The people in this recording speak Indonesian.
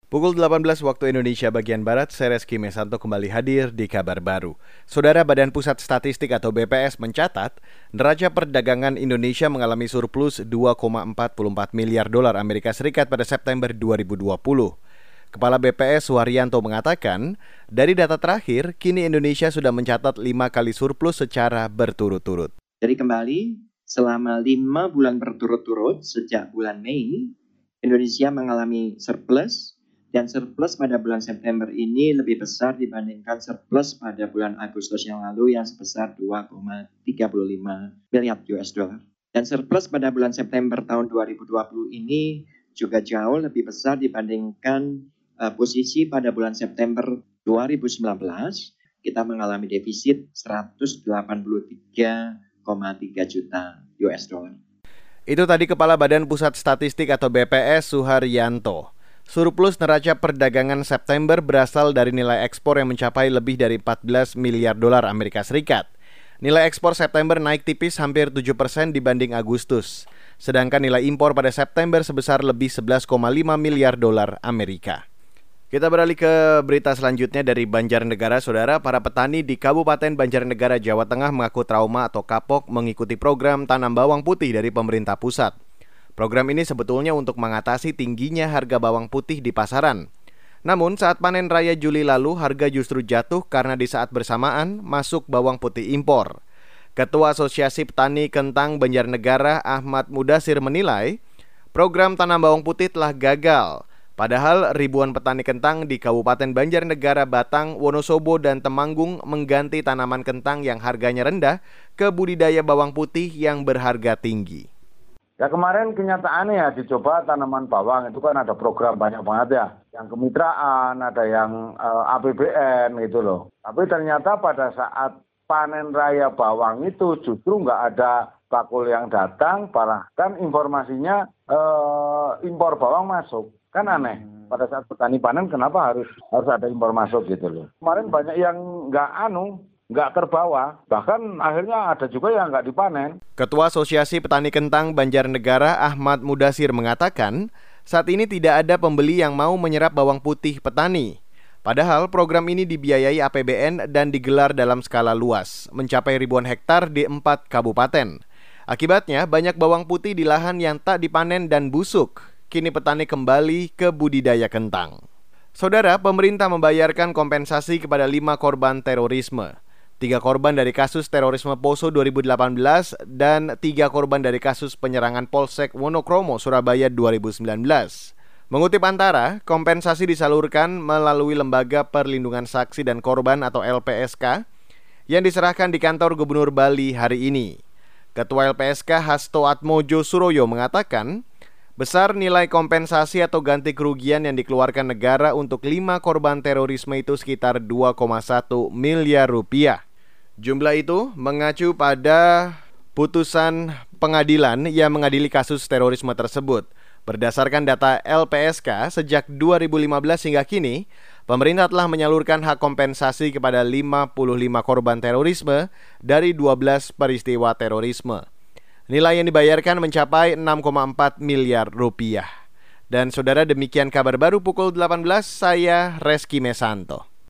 Pukul 18 waktu Indonesia bagian Barat, saya Reski Mesanto kembali hadir di kabar baru. Saudara, Badan Pusat Statistik atau BPS mencatat, neraca perdagangan Indonesia mengalami surplus 2,44 miliar dolar Amerika Serikat pada September 2020. Kepala BPS Suharyanto mengatakan, dari data terakhir, kini Indonesia sudah mencatat 5 kali surplus secara berturut-turut. Jadi kembali, selama 5 bulan berturut-turut sejak bulan Mei, Indonesia mengalami surplus. Dan surplus pada bulan September ini lebih besar dibandingkan surplus pada bulan Agustus yang lalu yang sebesar 2,35 miliar US dollar. Dan surplus pada bulan September tahun 2020 ini juga jauh lebih besar dibandingkan posisi pada bulan September 2019. Kita mengalami defisit 183,3 juta US dollar. Itu tadi Kepala Badan Pusat Statistik atau BPS Suharyanto. Surplus neraca perdagangan September berasal dari nilai ekspor yang mencapai lebih dari 14 miliar dolar Amerika Serikat. Nilai ekspor September naik tipis hampir 7% dibanding Agustus. Sedangkan nilai impor pada September sebesar lebih 11,5 miliar dolar Amerika. Kita beralih ke berita selanjutnya dari Banjarnegara, Saudara. Para petani di Kabupaten Banjarnegara, Jawa Tengah mengaku trauma atau kapok mengikuti program tanam bawang putih dari pemerintah pusat. Program ini sebetulnya untuk mengatasi tingginya harga bawang putih di pasaran. Namun saat panen raya Juli lalu harga justru jatuh karena di saat bersamaan masuk bawang putih impor. Ketua Asosiasi Petani Kentang Banjarnegara Ahmad Mudasir menilai program tanam bawang putih telah gagal. Padahal ribuan petani kentang di Kabupaten Banjarnegara, Batang, Wonosobo, dan Temanggung mengganti tanaman kentang yang harganya rendah ke budidaya bawang putih yang berharga tinggi. Ya kemarin kenyataannya ya dicoba tanaman bawang itu kan ada program banyak banget ya. Yang kemitraan, ada yang APBN gitu loh. Tapi ternyata pada saat panen raya bawang itu justru nggak ada bakul yang datang. Bahkan informasinya impor bawang masuk. Kan aneh. Pada saat petani panen kenapa harus ada impor masuk gitu loh. Kemarin banyak yang nggak terbawa, bahkan akhirnya ada juga yang nggak dipanen. Ketua Asosiasi Petani Kentang Banjarnegara Ahmad Mudasir mengatakan, saat ini tidak ada pembeli yang mau menyerap bawang putih petani. Padahal program ini dibiayai APBN dan digelar dalam skala luas, mencapai ribuan hektar di 4 kabupaten. Akibatnya banyak bawang putih di lahan yang tak dipanen dan busuk. Kini petani kembali ke budidaya kentang. Saudara, pemerintah membayarkan kompensasi kepada 5 korban terorisme. 3 korban dari kasus terorisme Poso 2018 dan 3 korban dari kasus penyerangan Polsek Wonokromo, Surabaya 2019. Mengutip Antara, kompensasi disalurkan melalui Lembaga Perlindungan Saksi dan Korban atau LPSK yang diserahkan di kantor Gubernur Bali hari ini. Ketua LPSK Hasto Atmojo Suroyo mengatakan, besar nilai kompensasi atau ganti kerugian yang dikeluarkan negara untuk 5 korban terorisme itu sekitar 2,1 miliar rupiah. Jumlah itu mengacu pada putusan pengadilan yang mengadili kasus terorisme tersebut. Berdasarkan data LPSK, sejak 2015 hingga kini, pemerintah telah menyalurkan hak kompensasi kepada 55 korban terorisme dari 12 peristiwa terorisme. Nilai yang dibayarkan mencapai 6,4 miliar rupiah. Dan saudara, demikian kabar baru pukul 18, saya Reski Mesanto.